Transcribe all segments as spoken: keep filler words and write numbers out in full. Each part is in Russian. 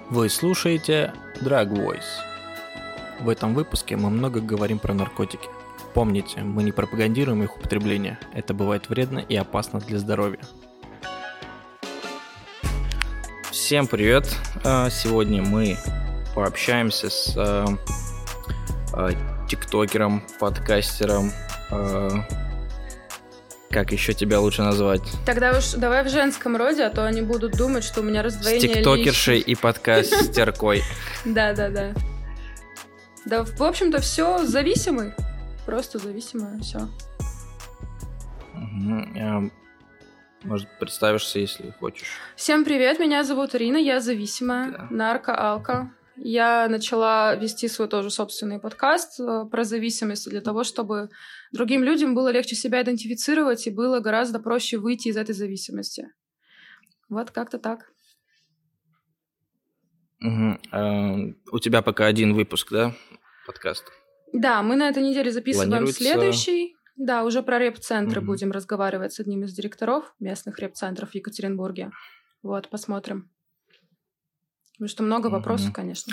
Вы слушаете Drug Voice. В этом выпуске мы много говорим про наркотики. Помните, мы не пропагандируем их употребление. Это бывает вредно и опасно для здоровья. Всем привет! Сегодня мы пообщаемся с тиктокером, подкастером. Как еще тебя лучше назвать? Тогда уж давай в женском роде, а то они будут думать, что у меня раздвоение личности. С тиктокершей и подкастеркой. Да-да-да. Да, в общем-то, все зависимый. Просто зависимое, все. Может, представишься, если хочешь. Всем привет, меня зовут Ирина, я зависимая, да. нарко-алко. Я начала вести свой тоже собственный подкаст про зависимость для того, чтобы другим людям было легче себя идентифицировать и было гораздо проще выйти из этой зависимости. Вот как-то так. Угу. А, у тебя пока один выпуск, да, подкаста? Да, мы на этой неделе записываем следующий. Да, уже про реп-центры угу. будем разговаривать с одним из директоров местных реп-центров в Екатеринбурге. Вот, посмотрим. Потому что много угу. вопросов, конечно.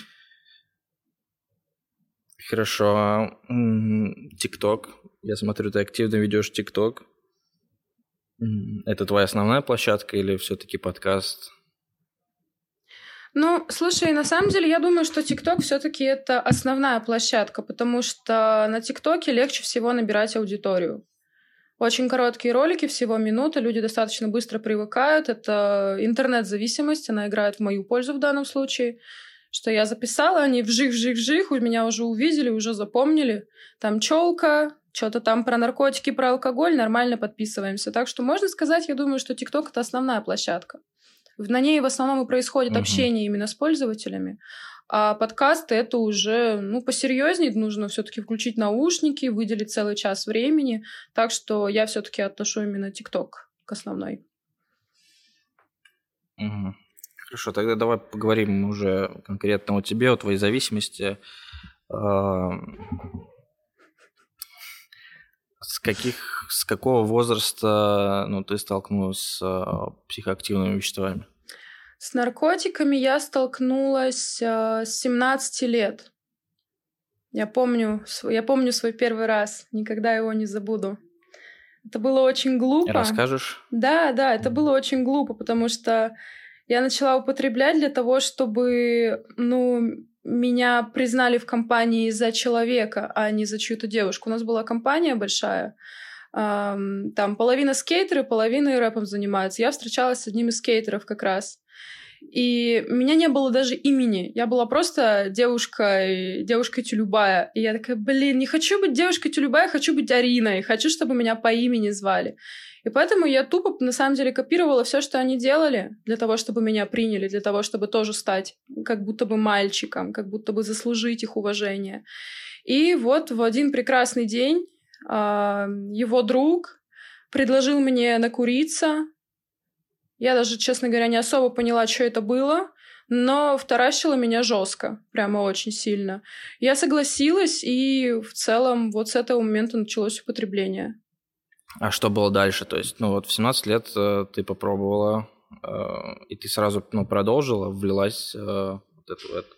Хорошо. ТикТок. Я смотрю, ты активно ведешь ТикТок. Это твоя основная площадка или все-таки подкаст? Ну, слушай, на самом деле, я думаю, что ТикТок все-таки это основная площадка, потому что на ТикТоке легче всего набирать аудиторию. Очень короткие ролики, всего минута, люди достаточно быстро привыкают. Это интернет-зависимость, она играет в мою пользу в данном случае. Что я записала, они вжих-вжих-вжих, у меня уже увидели, уже запомнили. Там челка, что-то там про наркотики, про алкоголь, нормально подписываемся. Так что можно сказать, я думаю, что ТикТок — это основная площадка. На ней в основном и происходит uh-huh. общение именно с пользователями. А подкасты — это уже, ну, посерьезнее, нужно все-таки включить наушники, выделить целый час времени. Так что я все-таки отношу именно ТикТок к основной. Uh-huh. Хорошо, тогда давай поговорим уже конкретно о тебе, о твоей зависимости. С каких, с какого возраста, ну, ты столкнулась с психоактивными веществами? С наркотиками я столкнулась с семнадцати лет. Я помню, я помню свой первый раз, никогда его не забуду. Это было очень глупо. Расскажешь? Да, да, это было очень глупо, потому что я начала употреблять для того, чтобы, ну, меня признали в компании за человека, а не за чью-то девушку. У нас была компания большая. Там половина скейтеры, половина рэпом занимаются. Я встречалась с одним из скейтеров как раз. И у меня не было даже имени. Я была просто девушкой, девушкой Тюлюбая. И я такая, блин, не хочу быть девушкой Тюлюбая, хочу быть Ариной. Хочу, чтобы меня по имени звали. И поэтому я тупо, на самом деле, копировала все, что они делали, для того, чтобы меня приняли, для того, чтобы тоже стать как будто бы мальчиком, как будто бы заслужить их уважение. И вот в один прекрасный день э, его друг предложил мне накуриться. Я даже, честно говоря, не особо поняла, что это было, но вторащило меня жестко, прямо очень сильно. Я согласилась, и в целом вот с этого момента началось употребление. А что было дальше? То есть, ну вот в семнадцать лет э, ты попробовала, э, и ты сразу, ну, продолжила, влилась э, вот эту, эту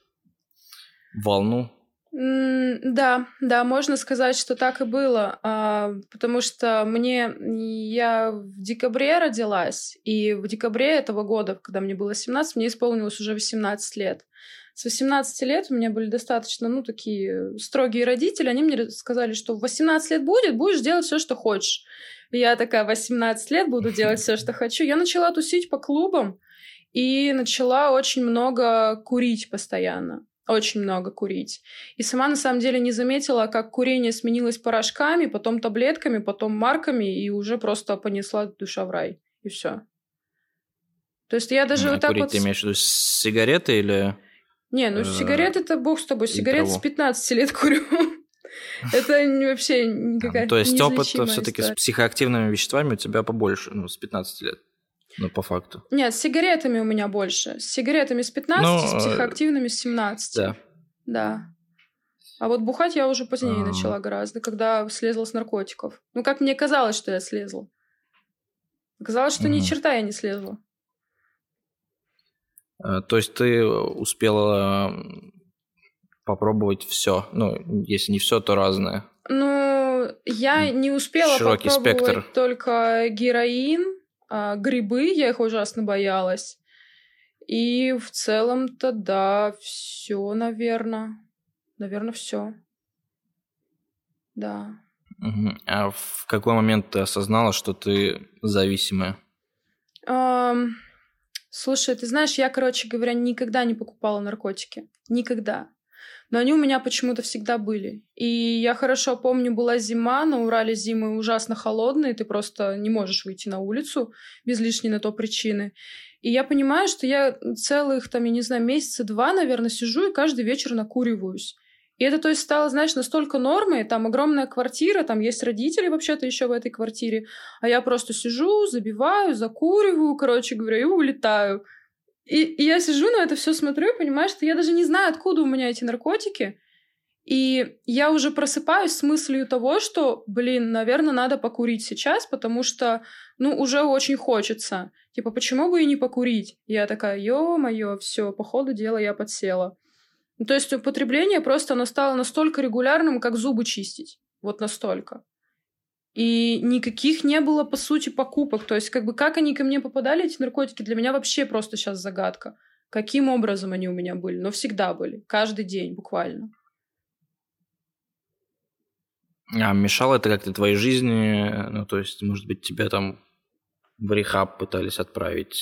волну? Mm, да, да, можно сказать, что так и было, а, потому что мне, я в декабре родилась, и в декабре этого года, когда мне было семнадцать, мне исполнилось уже восемнадцать лет. С восемнадцати лет у меня были достаточно, ну, такие строгие родители. Они мне сказали, что в восемнадцать лет будет, будешь делать все, что хочешь. И я такая, восемнадцать лет буду делать все, что хочу. Я начала тусить по клубам и начала очень много курить постоянно. Очень много курить. И сама, на самом деле, не заметила, как курение сменилось порошками, потом таблетками, потом марками, и уже просто понесла душа в рай. И все. То есть я даже а вот так курить вот... ты имеешь в виду сигареты или... Не, ну сигареты это бог с тобой. Сигареты с пятнадцати лет курю. Это вообще никакая То есть опыт все-таки с психоактивными веществами у тебя побольше, ну, с пятнадцати лет, ну, по факту. Нет, с сигаретами у меня больше. С сигаретами с пятнадцати, с психоактивными с семнадцати. Да. Да. А вот бухать я уже позднее начала гораздо, когда слезла с наркотиков. Ну, как мне казалось, что я слезла. Оказалось, что ни черта я не слезла. То есть ты успела попробовать все, ну, если не все, то разное. Ну, я не успела Широкий попробовать спектр. только героин, а грибы, я их ужасно боялась. И в целом-то, да, все, наверное. Наверное, все. Да. Угу. А в какой момент ты осознала, что ты зависимая? Um, слушай, ты знаешь, я, короче говоря, никогда не покупала наркотики. Никогда. Но они у меня почему-то всегда были. И я хорошо помню, была зима, на Урале зимы ужасно холодные, ты просто не можешь выйти на улицу без лишней на то причины. И я понимаю, что я целых, там, я не знаю, месяца два, наверное, сижу и каждый вечер накуриваюсь. И это, то есть, стало, знаешь, настолько нормой, там огромная квартира, там есть родители вообще-то еще в этой квартире, а я просто сижу, забиваю, закуриваю, короче говоря, и улетаю. И, и я сижу на это все смотрю и понимаю, что я даже не знаю, откуда у меня эти наркотики. И я уже просыпаюсь с мыслью того, что, блин, наверное, надо покурить сейчас, потому что, ну, уже очень хочется. Типа, почему бы и не покурить? Я такая, ё-моё, все, по ходу дела я подсела. Ну, то есть употребление просто оно стало настолько регулярным, как зубы чистить. Вот настолько. И никаких не было, по сути, покупок. То есть, как бы, как они ко мне попадали, эти наркотики, для меня вообще просто сейчас загадка. Каким образом они у меня были? Но всегда были. Каждый день, буквально. А мешало это как-то твоей жизни? Ну, то есть, может быть, тебя там в рехаб пытались отправить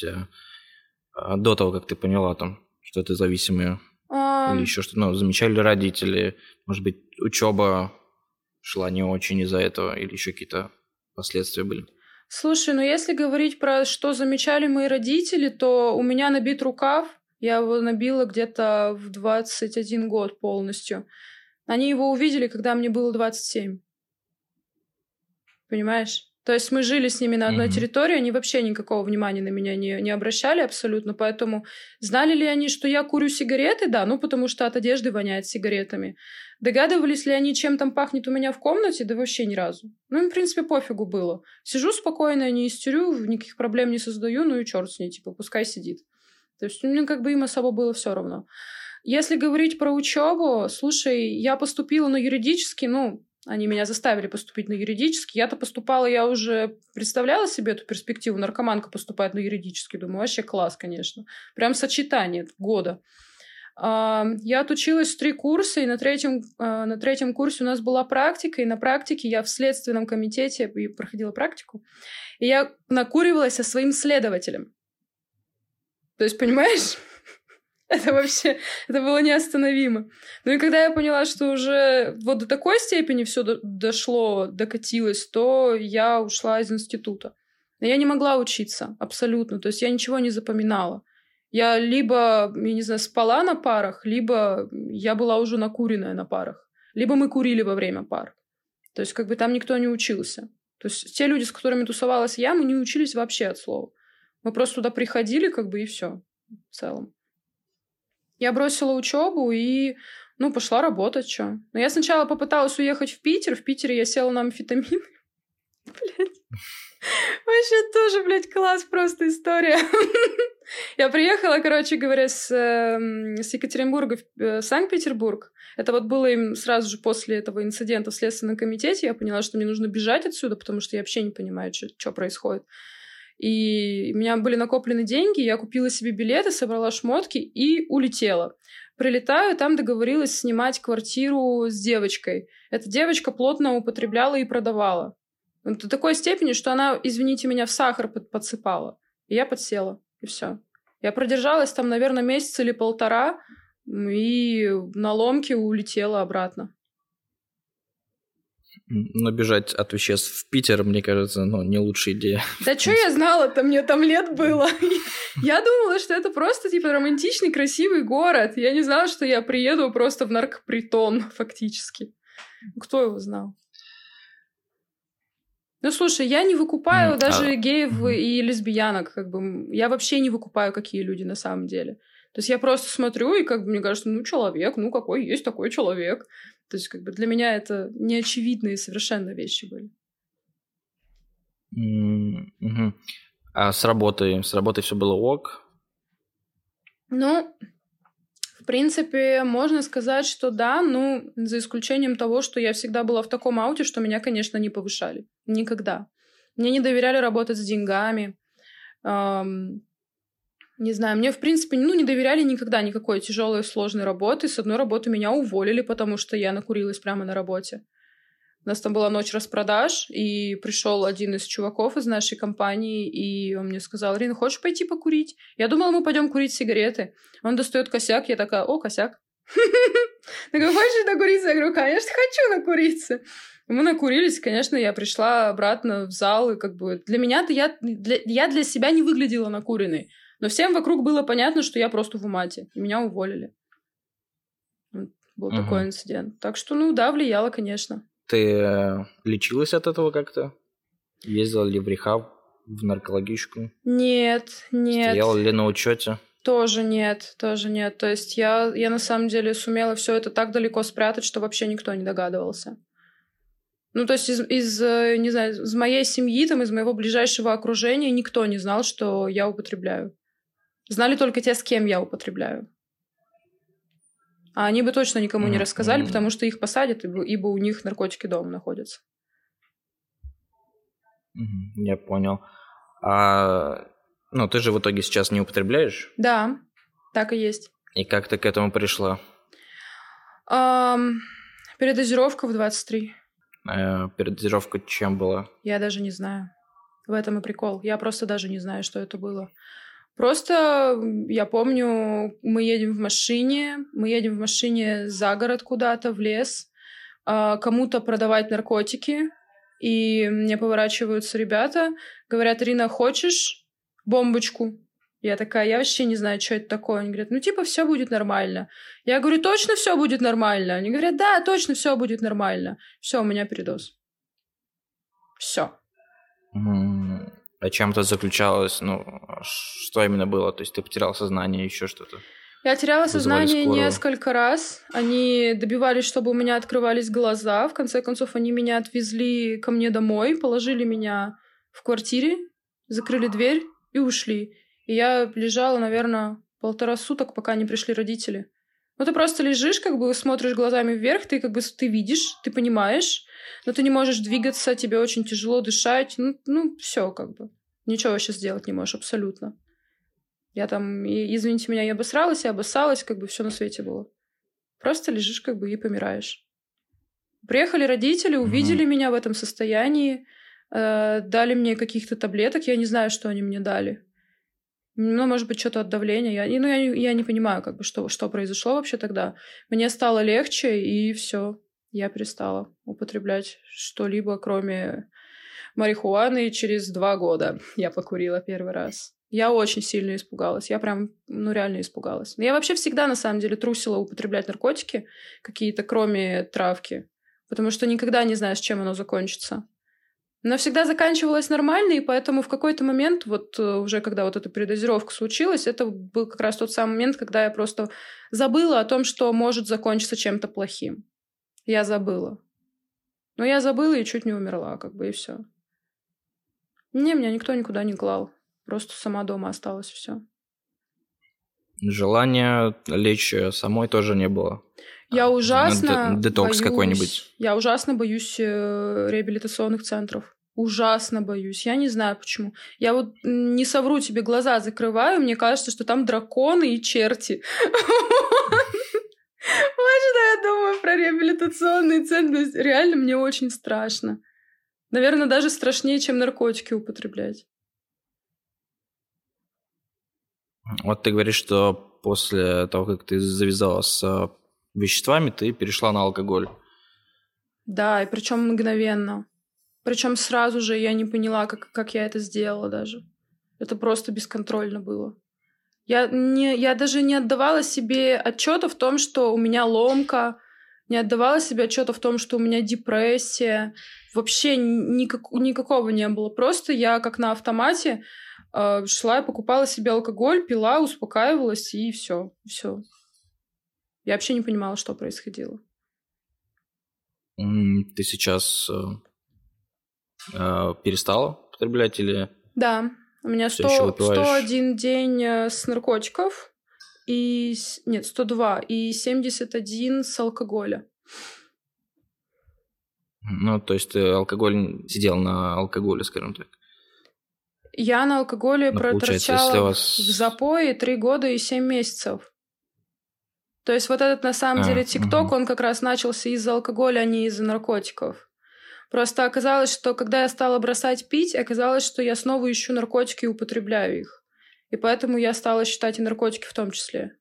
до того, как ты поняла там, что ты зависимая? А... Или еще что-то? Ну, замечали родители? Может быть, учеба шла не очень из-за этого? Или еще какие-то последствия были? Слушай, ну если говорить про что замечали мои родители, то у меня набит рукав. Я его набила где-то в двадцать один год полностью. Они его увидели, когда мне было двадцать семь. Понимаешь? То есть мы жили с ними на одной mm-hmm. территории, они вообще никакого внимания на меня не, не обращали абсолютно, поэтому знали ли они, что я курю сигареты? Да, ну потому что от одежды воняет сигаретами. Догадывались ли они, чем там пахнет у меня в комнате? Да вообще ни разу. Ну, им, в принципе, пофигу было. Сижу спокойно, не истерю, никаких проблем не создаю, ну и черт с ней, типа, пускай сидит. То есть, ну, как бы им особо было все равно. Если говорить про учебу, слушай, я поступила на юридический, ну, они меня заставили поступить на юридический. Я-то поступала, я уже представляла себе эту перспективу. Наркоманка поступает на юридический. Думаю, вообще класс, конечно. Прям сочетание года. Я отучилась три курса, и на третьем, на третьем курсе у нас была практика, и на практике я в следственном комитете проходила практику, и я накуривалась со своим следователем. То есть, понимаешь? Это вообще, это было неостановимо. Ну и когда я поняла, что уже вот до такой степени все до- дошло, докатилось, то я ушла из института. Но я не могла учиться абсолютно, то есть я ничего не запоминала. Я либо, я не знаю, спала на парах, либо я была уже накуренная на парах, либо мы курили во время пар. То есть как бы там никто не учился. То есть те люди, с которыми тусовалась я, мы не учились вообще от слова. Мы просто туда приходили, как бы, и все в целом. Я бросила учебу и, ну, пошла работать, что. Но я сначала попыталась уехать в Питер. В Питере я села на амфетамины. Блядь. Вообще тоже, блядь, класс просто история. Я приехала, короче говоря, с, с Екатеринбурга в Санкт-Петербург. Это вот было им сразу же после этого инцидента в Следственном комитете. Я поняла, что мне нужно бежать отсюда, потому что я вообще не понимаю, что происходит. И у меня были накоплены деньги, я купила себе билеты, собрала шмотки и улетела. Прилетаю, там договорилась снимать квартиру с девочкой. Эта девочка плотно употребляла и продавала. До такой степени, что она, извините меня, в сахар подсыпала. И я подсела, и все. Я продержалась там, наверное, месяц или полтора, и на ломке улетела обратно. Но бежать от веществ в Питер, мне кажется, ну, не лучшая идея. Да что я знала-то, мне там лет было. Я думала, что это просто, типа, романтичный, красивый город. Я не знала, что я приеду просто в наркопритон, фактически. Кто его знал? Ну, слушай, я не выкупаю mm, даже а... геев mm-hmm. и лесбиянок, как бы. Я вообще не выкупаю, какие люди на самом деле. То есть я просто смотрю, и, как бы, мне кажется, ну, человек, ну, какой есть такой человек. То есть, как бы, для меня это неочевидные совершенно вещи были. Mm-hmm. А с работой? С работой все было ок? Ну, в принципе, можно сказать, что да, ну, за исключением того, что я всегда была в таком ауте, что меня, конечно, не повышали. Никогда. Мне не доверяли работать с деньгами. Эм, не знаю, мне, в принципе, ну, не доверяли никогда никакой тяжелой и сложной работы. С одной работы меня уволили, потому что я накурилась прямо на работе. У нас там была ночь распродаж, и пришел один из чуваков из нашей компании, и он мне сказал: Рина, хочешь пойти покурить? Я думала, мы пойдем курить сигареты. Он достает косяк, я такая: о, косяк. Такой: хочешь накуриться? Я говорю: конечно, хочу накуриться. Мы накурились, конечно, я пришла обратно в зал, и как бы для меня-то я для, я для себя не выглядела накуренной. Но всем вокруг было понятно, что я просто в умате, и меня уволили. Был Угу. такой инцидент. Так что, ну да, влияло, конечно. Ты лечилась от этого как-то? Ездила ли в рехаб, в наркологичку? Нет, нет. Стояла ли на учете? Тоже нет, тоже нет. То есть я, я на самом деле сумела все это так далеко спрятать, что вообще никто не догадывался. Ну, то есть из, из, не знаю, из моей семьи, там, из моего ближайшего окружения никто не знал, что я употребляю. Знали только те, с кем я употребляю. А они бы точно никому не рассказали, mm-hmm. потому что их посадят, ибо, ибо у них наркотики дома находятся. Mm-hmm. Я понял. А, ну, ты же в итоге сейчас не употребляешь? Да, так и есть. И как ты к этому пришла? Um, передозировка в двадцать три. А, передозировка чем была? Я даже не знаю. В этом и прикол. Я просто даже не знаю, что это было. Просто я помню, мы едем в машине, мы едем в машине за город куда-то, в лес, кому-то продавать наркотики, и мне поворачиваются ребята, говорят: Рина, хочешь бомбочку? Я такая: я вообще не знаю, что это такое. Они говорят: ну типа все будет нормально. Я говорю: точно все будет нормально? Они говорят: да, точно все будет нормально. Все, у меня передоз. Все. Mm. А чем это заключалось? Ну, что именно было? То есть ты потерял сознание, еще что-то? Я теряла сознание несколько раз. Они добивались, чтобы у меня открывались глаза. В конце концов, они меня отвезли ко мне домой, положили меня в квартире, закрыли дверь и ушли. И я лежала, наверное, полтора суток, пока не пришли родители. Ну, ты просто лежишь, как бы смотришь глазами вверх, ты как бы ты видишь, ты понимаешь, но ты не можешь двигаться, тебе очень тяжело дышать. Ну, ну все, как бы. Ничего вообще сделать не можешь, абсолютно. Я там, и, извините меня, я обосралась, я обоссалась, как бы все на свете было. Просто лежишь, как бы, и помираешь. Приехали родители, увидели mm-hmm. меня в этом состоянии, э, дали мне каких-то таблеток, я не знаю, что они мне дали. Ну, может быть, что-то от давления. Я, ну, я, я не понимаю, как бы, что, что произошло вообще тогда. Мне стало легче, и все. Я перестала употреблять что-либо, кроме марихуаны. Через два года я покурила первый раз. Я очень сильно испугалась. Я прям, ну, реально испугалась. Я вообще всегда, на самом деле, трусила употреблять наркотики какие-то, кроме травки. Потому что никогда не знаешь, чем оно закончится. Но всегда заканчивалось нормально, и поэтому в какой-то момент, вот уже когда вот эта передозировка случилась, это был как раз тот самый момент, когда я просто забыла о том, что может закончиться чем-то плохим. Я забыла. Но я забыла и чуть не умерла, как бы, и все. Не, меня никто никуда не клал. Просто сама дома осталась, все. Желания лечь самой тоже не было? Я ужасно Детокс боюсь, какой-нибудь? Я ужасно боюсь реабилитационных центров. Ужасно боюсь. Я не знаю, почему. Я вот не совру тебе, глаза закрываю, мне кажется, что там драконы и черти. Вот что я думаю про реабилитационные центры. Реально мне очень страшно. Наверное, даже страшнее, чем наркотики употреблять. Вот ты говоришь, что после того, как ты завязала с веществами, ты перешла на алкоголь. Да, и причем мгновенно. Причем сразу же я не поняла, как, как я это сделала даже. Это просто бесконтрольно было. Я, не, я даже не отдавала себе отчета в том, что у меня ломка, не отдавала себе отчета в том, что у меня депрессия. Вообще никак, никакого не было. Просто я как на автомате э, шла и покупала себе алкоголь, пила, успокаивалась, и все, все. Я вообще не понимала, что происходило. Ты сейчас э, э, перестала употреблять или... Да, у меня сто, сто один день с наркотиков. и... Нет, сто два и семьдесят один с алкоголя. Ну, то есть ты алкоголь сидел на алкоголе, скажем так. Я на алкоголе ну, проторчала вас... в запое три года и семь месяцев. То есть вот этот, на самом а, деле, ТикТок, угу. он как раз начался из-за алкоголя, а не из-за наркотиков. Просто оказалось, что когда я стала бросать пить, оказалось, что я снова ищу наркотики и употребляю их. И поэтому я стала считать и наркотики в том числе.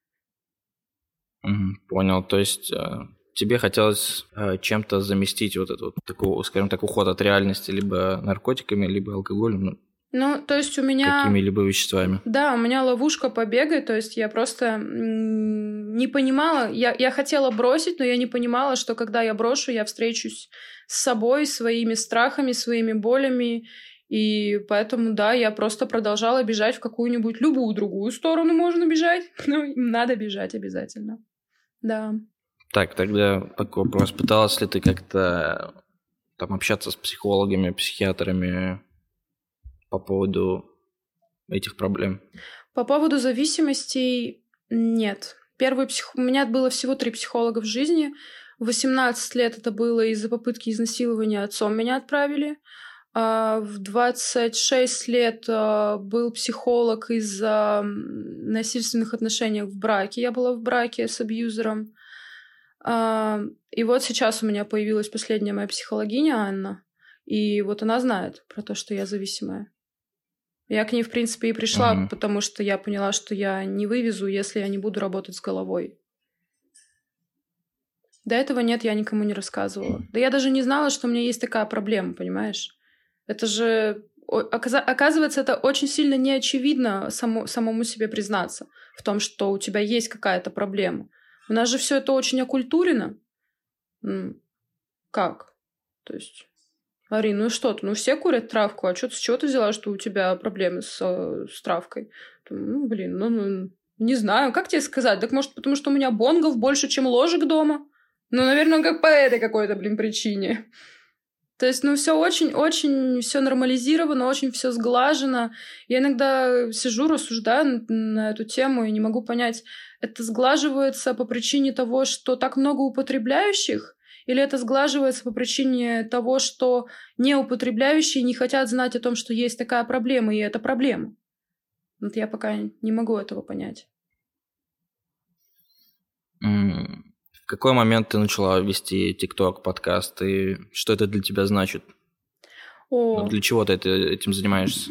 Угу, понял. То есть тебе хотелось чем-то заместить вот этот, вот, такой, скажем так, уход от реальности либо наркотиками, либо алкоголем? Ну, ну то есть у меня... Какими-либо веществами. Да, у меня ловушка побега, то есть я просто не понимала... Я, я хотела бросить, но я не понимала, что когда я брошу, я встречусь с собой, своими страхами, своими болями. И поэтому, да, я просто продолжала бежать в какую-нибудь любую другую сторону можно бежать. Ну, надо бежать обязательно. Да. Так, тогда такой вопрос. Пыталась ли ты как-то там общаться с психологами, психиатрами по поводу этих проблем? По поводу зависимостей нет. Первый псих... У меня было всего три психолога в жизни. В восемнадцать лет это было из-за попытки изнасилования отцом меня отправили. В двадцать шесть лет был психолог из-за насильственных отношений в браке. Я была в браке с абьюзером. И вот сейчас у меня появилась последняя моя психологиня Анна. И вот она знает про то, что я зависимая. Я к ней, в принципе, и пришла, uh-huh. потому что я поняла, что я не вывезу, если я не буду работать с головой. До этого нет, я никому не рассказывала. Да я даже не знала, что у меня есть такая проблема, понимаешь? Это же... Оказывается, это очень сильно неочевидно само, самому себе признаться в том, что у тебя есть какая-то проблема. У нас же все это очень оккультурено. Как? То есть... Арин, ну что ты? Ну все курят травку, а что ты, с чего ты взяла, что у тебя проблемы с, с травкой? Ну, блин, ну, ну, не знаю, как тебе сказать? Так может, потому что у меня бонгов больше, чем ложек дома? Ну, наверное, как по этой какой-то, блин, причине. То есть, ну, все очень-очень все нормализировано, очень все сглажено. Я иногда сижу, рассуждаю на эту тему и не могу понять, это сглаживается по причине того, что так много употребляющих, или это сглаживается по причине того, что неупотребляющие не хотят знать о том, что есть такая проблема, и это проблема. Вот я пока не могу этого понять. В какой момент ты начала вести ТикТок, подкаст, и что это для тебя значит? О. Ну, для чего ты этим занимаешься?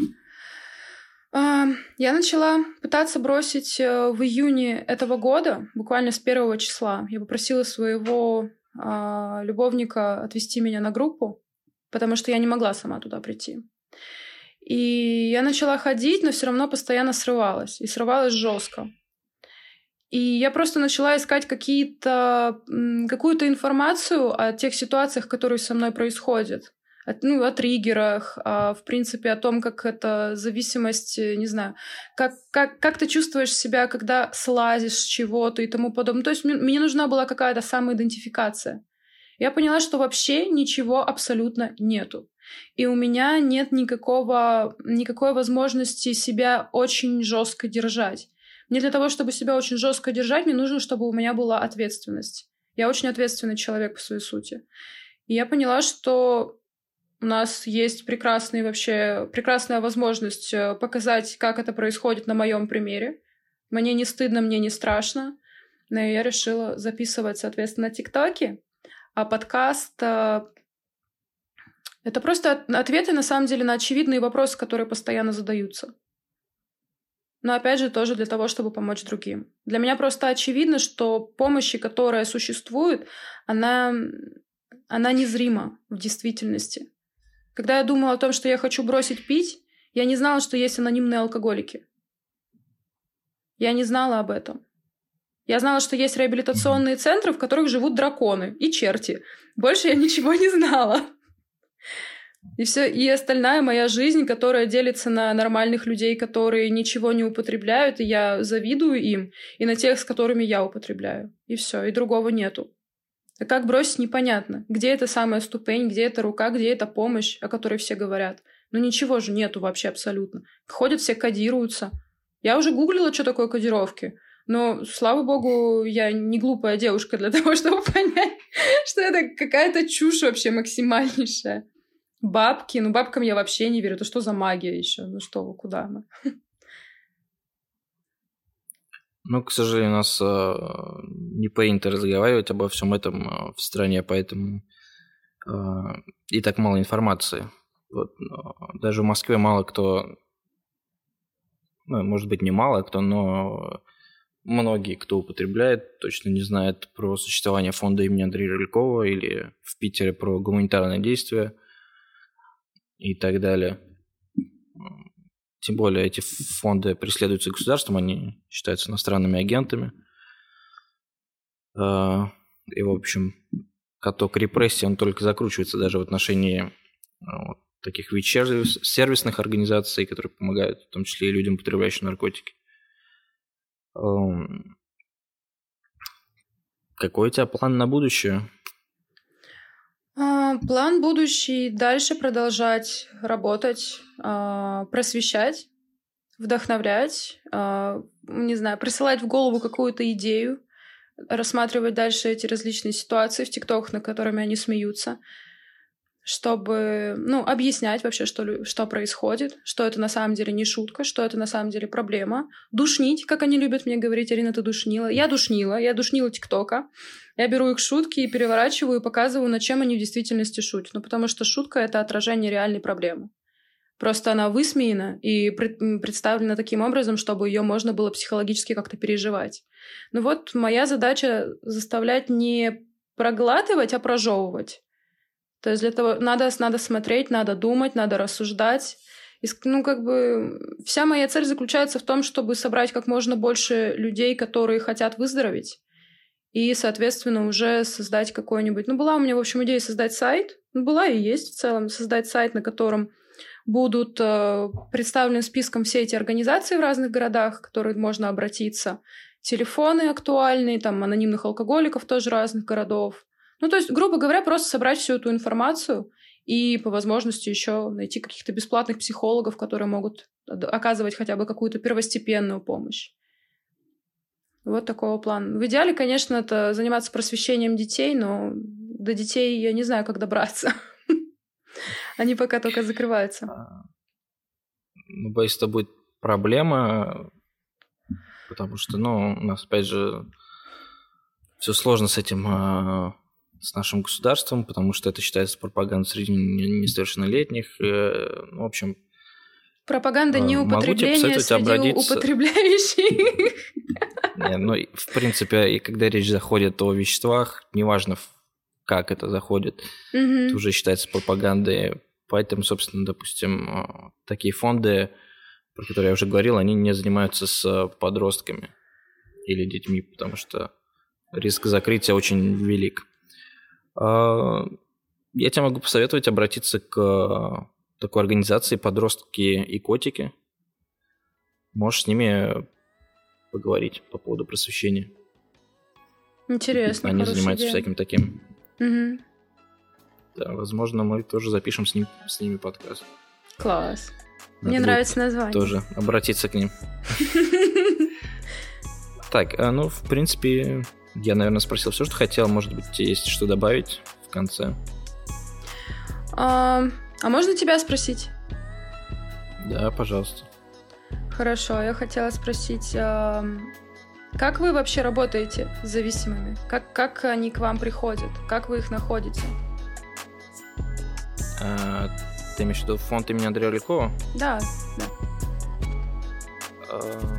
Я начала пытаться бросить в июне этого года, буквально с первого числа. Я попросила своего любовника отвезти меня на группу, потому что я не могла сама туда прийти. И я начала ходить, но все равно постоянно срывалась. И срывалась жестко. И я просто начала искать какие-то, какую-то информацию о тех ситуациях, которые со мной происходят. От, ну, о триггерах, о, в принципе, о том, как эта зависимость, не знаю, как, как, как ты чувствуешь себя, когда слазишь с чего-то и тому подобное. То есть мне, мне нужна была какая-то самоидентификация. Я поняла, что вообще ничего абсолютно нету. И у меня нет никакого, никакой возможности себя очень жестко держать. Мне для того, чтобы себя очень жестко держать, мне нужно, чтобы у меня была ответственность. Я очень ответственный человек по своей сути. И я поняла, что у нас есть прекрасный вообще, прекрасная возможность показать, как это происходит на моем примере. Мне не стыдно, мне не страшно. Но я решила записывать, соответственно, ТикТоки. А подкаст — это просто ответы, на самом деле, на очевидные вопросы, которые постоянно задаются. Но, опять же, тоже для того, чтобы помочь другим. Для меня просто очевидно, что помощь, которая существует, она, она незрима в действительности. Когда я думала о том, что я хочу бросить пить, я не знала, что есть анонимные алкоголики. Я не знала об этом. Я знала, что есть реабилитационные центры, в которых живут драконы и черти. Больше я ничего не знала. И все, и остальная моя жизнь, которая делится на нормальных людей, которые ничего не употребляют, и я завидую им, и на тех, с которыми я употребляю. И все, и другого нету. А как бросить, непонятно. Где эта самая ступень, где эта рука, где эта помощь, о которой все говорят? Ну ничего же нету вообще абсолютно. Ходят все, кодируются. Я уже гуглила, что такое кодировки. Но, слава богу, я не глупая девушка для того, чтобы понять, что это какая-то чушь вообще максимальнейшая. Бабки, ну бабкам я вообще не верю. Это что за магия еще? Ну что вы, куда мы? Ну, к сожалению, у нас э, не принято разговаривать обо всем этом э, в стране, поэтому э, и так мало информации. Вот, э, даже в Москве мало кто, ну, может быть, не мало кто, но многие, кто употребляет, точно не знают про существование фонда имени Андрея Рылькова или в Питере про гуманитарные действия и так далее. Тем более эти фонды преследуются государством, они считаются иностранными агентами. И, в общем, каток репрессий, он только закручивается даже в отношении вот таких ВИЧ-сервисных организаций, которые помогают, в том числе и людям, употребляющим наркотики. Какой у тебя план на будущее? А, план будущий — дальше продолжать работать, а, просвещать, вдохновлять, а, не знаю, присылать в голову какую-то идею, рассматривать дальше эти различные ситуации в ТикТоках, над которыми они смеются, чтобы, ну, объяснять вообще, что, что происходит, что это на самом деле не шутка, что это на самом деле проблема. Душнить, как они любят мне говорить: Арина, ты душнила. Я душнила, я душнила ТикТока. Я беру их шутки и переворачиваю, и показываю, над чем они в действительности шутят. Ну, потому что шутка — это отражение реальной проблемы. Просто она высмеяна и представлена таким образом, чтобы ее можно было психологически как-то переживать. Ну вот моя задача — заставлять не проглатывать, а прожевывать. То есть для того надо, надо смотреть, надо думать, надо рассуждать. И, ну, как бы вся моя цель заключается в том, чтобы собрать как можно больше людей, которые хотят выздороветь, и, соответственно, уже создать какой-нибудь... Ну, была у меня, в общем, идея создать сайт. Ну, была и есть в целом. Создать сайт, на котором будут э, представлены списком все эти организации в разных городах, к которым можно обратиться. Телефоны актуальные, там, анонимных алкоголиков тоже разных городов. Ну, то есть, грубо говоря, просто собрать всю эту информацию и, по возможности, еще найти каких-то бесплатных психологов, которые могут оказывать хотя бы какую-то первостепенную помощь. Вот такого плана. В идеале, конечно, это заниматься просвещением детей, но до детей я не знаю, как добраться. Они пока только закрываются. Ну, боюсь, это будет проблема, потому что, ну, у нас, опять же, все сложно с этим... с нашим государством, потому что это считается пропагандой среди несовершеннолетних. Ну, в общем... Пропаганда не употребления среди обратиться... употребляющих. Не, ну, в принципе, и когда речь заходит о веществах, неважно, как это заходит, mm-hmm. это уже считается пропагандой. Поэтому, собственно, допустим, такие фонды, про которые я уже говорил, они не занимаются с подростками или детьми, потому что риск закрытия очень велик. Я тебе могу посоветовать обратиться к такой организации «Подростки и котики». Можешь с ними поговорить по поводу просвещения. Интересно. Они занимаются идея. Всяким таким. Угу. Да, возможно, мы тоже запишем с, ним, с ними подкаст. Класс. Надо Мне нравится название. Тоже обратиться к ним. Так, ну, в принципе... Я, наверное, спросил все, что хотел. Может быть, есть что добавить в конце? А, а можно тебя спросить? Да, пожалуйста. Хорошо, я хотела спросить, а, как вы вообще работаете с зависимыми? Как, как они к вам приходят? Как вы их находите? А, ты имеешь в виду фонд имени Андрея Рылькова? Да, да. А...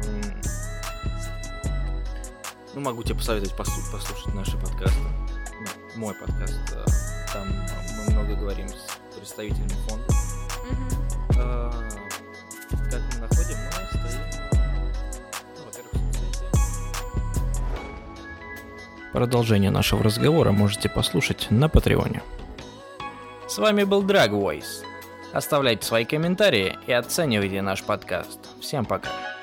Ну, могу тебе посоветовать послушать наши подкасты. Ну, мой подкаст. Там мы много говорим с представителями фонда. Mm-hmm. А, как мы находим? Мы стоим... Ну, во-первых, в соцсети. Продолжение нашего разговора можете послушать на Патреоне. С вами был Drag Voice. Оставляйте свои комментарии и оценивайте наш подкаст. Всем пока.